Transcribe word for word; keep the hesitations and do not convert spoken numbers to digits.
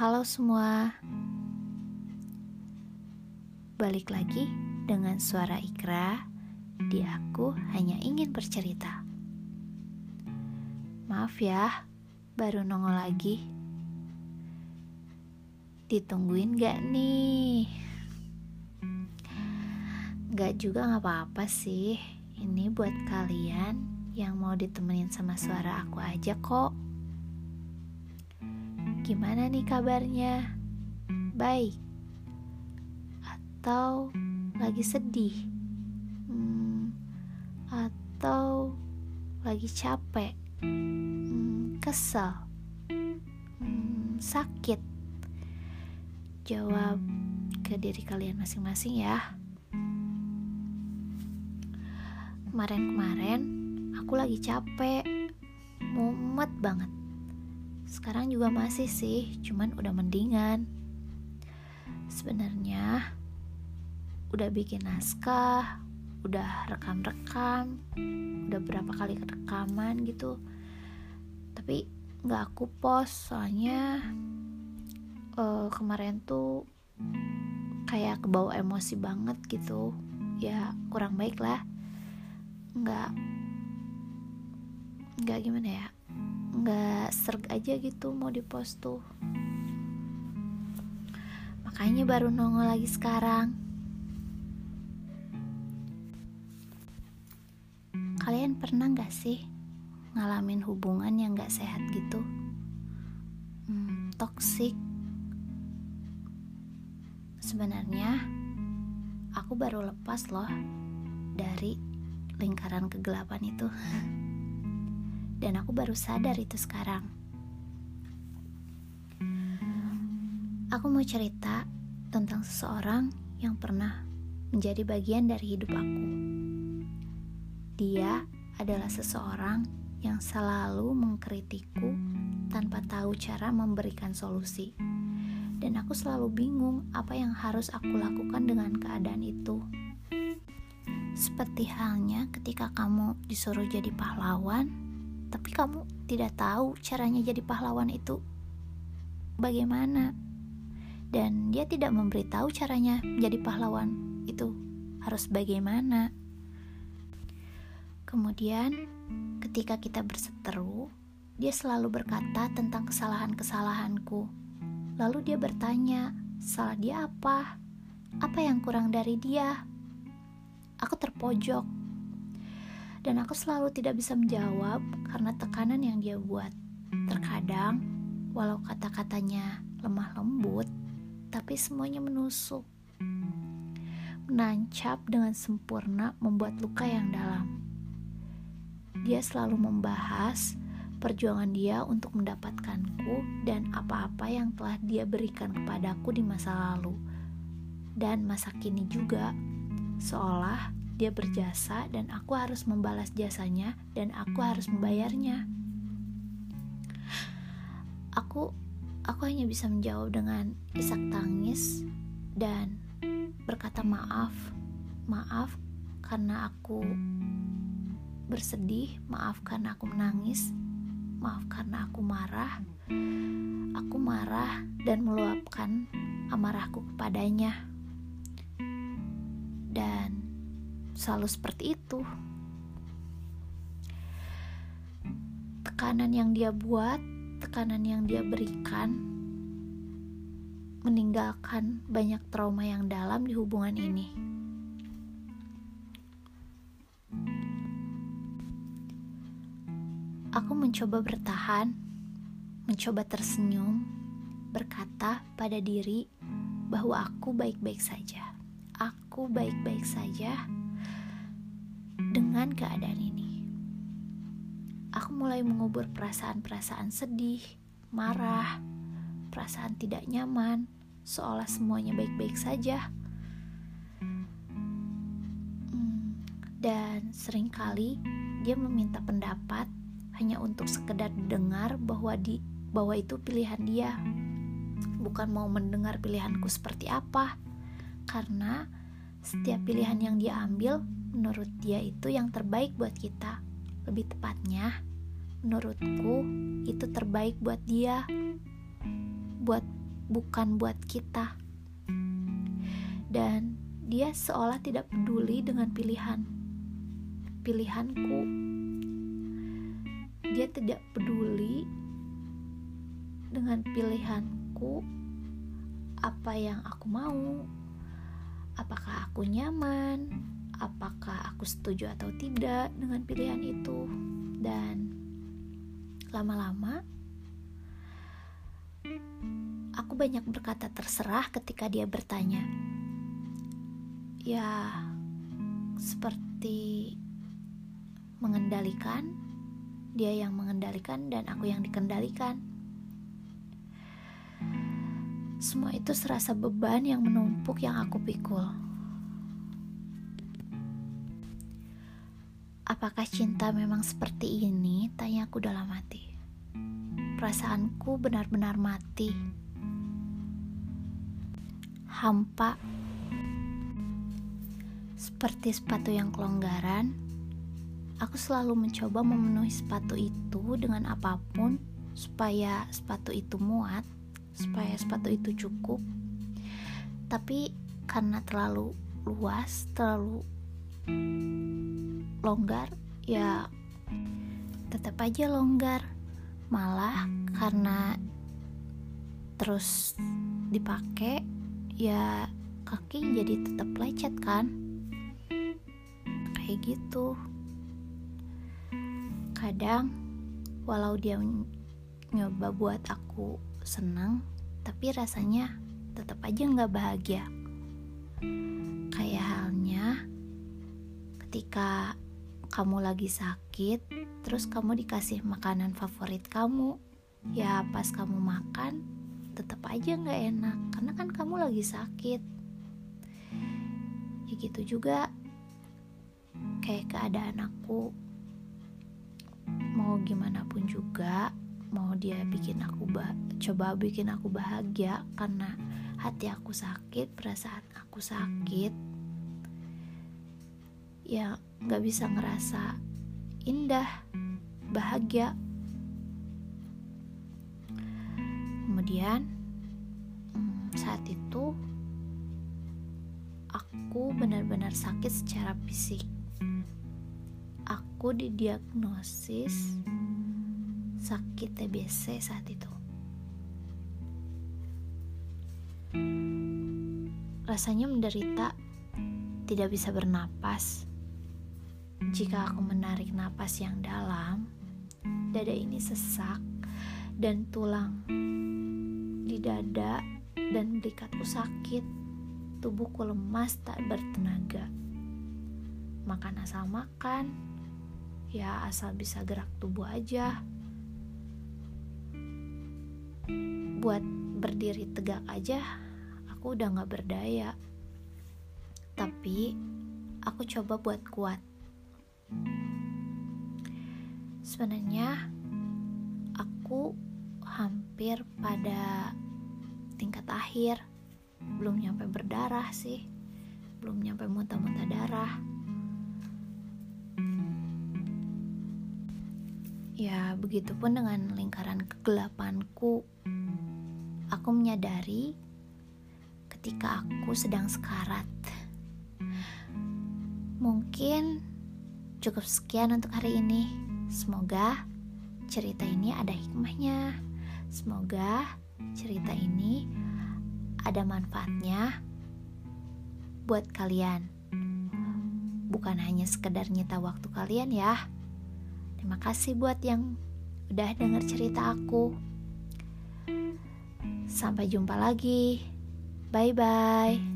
Halo semua, balik lagi dengan suara Ikra di Aku Hanya Ingin Bercerita. Maaf ya, baru nongol lagi. Ditungguin gak nih? Gak juga gak apa-apa sih. Ini buat kalian yang mau ditemenin sama suara aku aja kok. Gimana nih kabarnya? Baik? Atau lagi sedih? Hmm, atau lagi capek? Hmm, kesel? Hmm, sakit? Jawab ke diri kalian masing-masing ya. Kemarin-kemarin aku lagi capek, mumet banget. Sekarang juga masih sih, cuman udah mendingan. Sebenarnya udah bikin naskah, udah rekam-rekam, udah berapa kali rekaman gitu. Tapi gak aku post, soalnya uh, kemarin tuh kayak kebawa emosi banget gitu. Ya kurang baik lah. Gak, gak gimana ya, nggak serg aja gitu mau dipost tuh. Makanya baru nongol lagi sekarang. Kalian pernah nggak sih ngalamin hubungan yang nggak sehat gitu? Hmm, toksik. Sebenarnya aku baru lepas loh dari lingkaran kegelapan itu. Dan aku baru sadar itu sekarang. Aku mau cerita tentang seseorang yang pernah menjadi bagian dari hidup aku. Dia adalah seseorang yang selalu mengkritikku tanpa tahu cara memberikan solusi. Dan aku selalu bingung apa yang harus aku lakukan dengan keadaan itu. Seperti halnya ketika kamu disuruh jadi pahlawan, tapi kamu tidak tahu caranya jadi pahlawan itu bagaimana. Dan dia tidak memberitahu caranya jadi pahlawan itu harus bagaimana. Kemudian ketika kita berseteru, dia selalu berkata tentang kesalahan-kesalahanku. Lalu dia bertanya, salah dia apa? Apa yang kurang dari dia? Aku terpojok. Dan aku selalu tidak bisa menjawab karena tekanan yang dia buat. Terkadang, walau kata-katanya lemah lembut, tapi semuanya menusuk, menancap dengan sempurna, membuat luka yang dalam. Dia selalu membahas perjuangan dia untuk mendapatkanku dan apa-apa yang telah dia berikan kepadaku di masa lalu dan masa kini juga, seolah dia berjasa dan aku harus membalas jasanya dan aku harus membayarnya. Aku aku hanya bisa menjawab dengan isak tangis dan berkata maaf. Maaf karena aku bersedih, maaf karena aku menangis, maaf karena aku marah. Aku marah dan meluapkan amarahku kepadanya. Dan selalu seperti itu. Tekanan yang dia buat, tekanan yang dia berikan, meninggalkan banyak trauma yang dalam di hubungan ini. Aku mencoba bertahan, mencoba tersenyum, berkata pada diri bahwa aku baik-baik saja. Aku baik-baik saja dengan keadaan ini. Aku mulai mengubur perasaan-perasaan sedih, marah, perasaan tidak nyaman, seolah semuanya baik-baik saja. Hmm, dan seringkali dia meminta pendapat hanya untuk sekedar dengar bahwa di bahwa itu pilihan dia, bukan mau mendengar pilihanku seperti apa. Karena setiap pilihan yang dia ambil menurut dia itu yang terbaik buat kita. Lebih tepatnya, menurutku itu terbaik buat dia, buat bukan buat kita. Dan dia seolah tidak peduli dengan pilihan pilihanku. Dia tidak peduli dengan pilihanku, apa yang aku mau, apakah aku nyaman, apakah aku setuju atau tidak dengan pilihan itu. Dan lama-lama aku banyak berkata terserah ketika dia bertanya. Ya, seperti mengendalikan, dia yang mengendalikan dan aku yang dikendalikan. Semua itu serasa beban yang menumpuk yang aku pikul. Apakah cinta memang seperti ini? Tanya aku dalam hati. Perasaanku benar-benar mati, hampa, seperti sepatu yang kelonggaran. Aku selalu mencoba memenuhi sepatu itu dengan apapun supaya sepatu itu muat, supaya sepatu itu cukup. Tapi karena terlalu luas, terlalu longgar, ya tetap aja longgar. Malah karena terus dipakai, ya kaki jadi tetap lecet kan. Kayak gitu. Kadang walau dia nyoba buat aku senang, tapi rasanya tetap aja gak bahagia. Kayak halnya ketika kamu lagi sakit, terus kamu dikasih makanan favorit kamu. Ya pas kamu makan, tetap aja gak enak, karena kan kamu lagi sakit. Ya gitu juga kayak keadaan aku. Mau gimana pun juga, mau dia bikin aku bah- coba bikin aku bahagia karena hati aku sakit, perasaan aku sakit, ya gak bisa ngerasa indah, bahagia. Kemudian saat itu aku benar-benar sakit secara fisik. Aku didiagnosis sakit T B C saat itu. Rasanya menderita, tidak bisa bernapas. Jika aku menarik napas yang dalam, dada ini sesak dan tulang di dada dan belikatku sakit. Tubuhku lemas tak bertenaga. Makan asal makan, ya asal bisa gerak tubuh aja. Buat berdiri tegak aja aku udah gak berdaya. Tapi aku coba buat kuat. Sebenarnya aku hampir pada tingkat akhir. Belum nyampe berdarah sih, belum nyampe muntah-muntah darah. Ya begitupun dengan lingkaran kegelapanku. Aku menyadari ketika aku sedang sekarat. Mungkin cukup sekian untuk hari ini. Semoga cerita ini ada hikmahnya. Semoga cerita ini ada manfaatnya buat kalian. Bukan hanya sekedar nyita waktu kalian ya. Terima kasih buat yang udah denger cerita aku. Sampai jumpa lagi. Bye bye.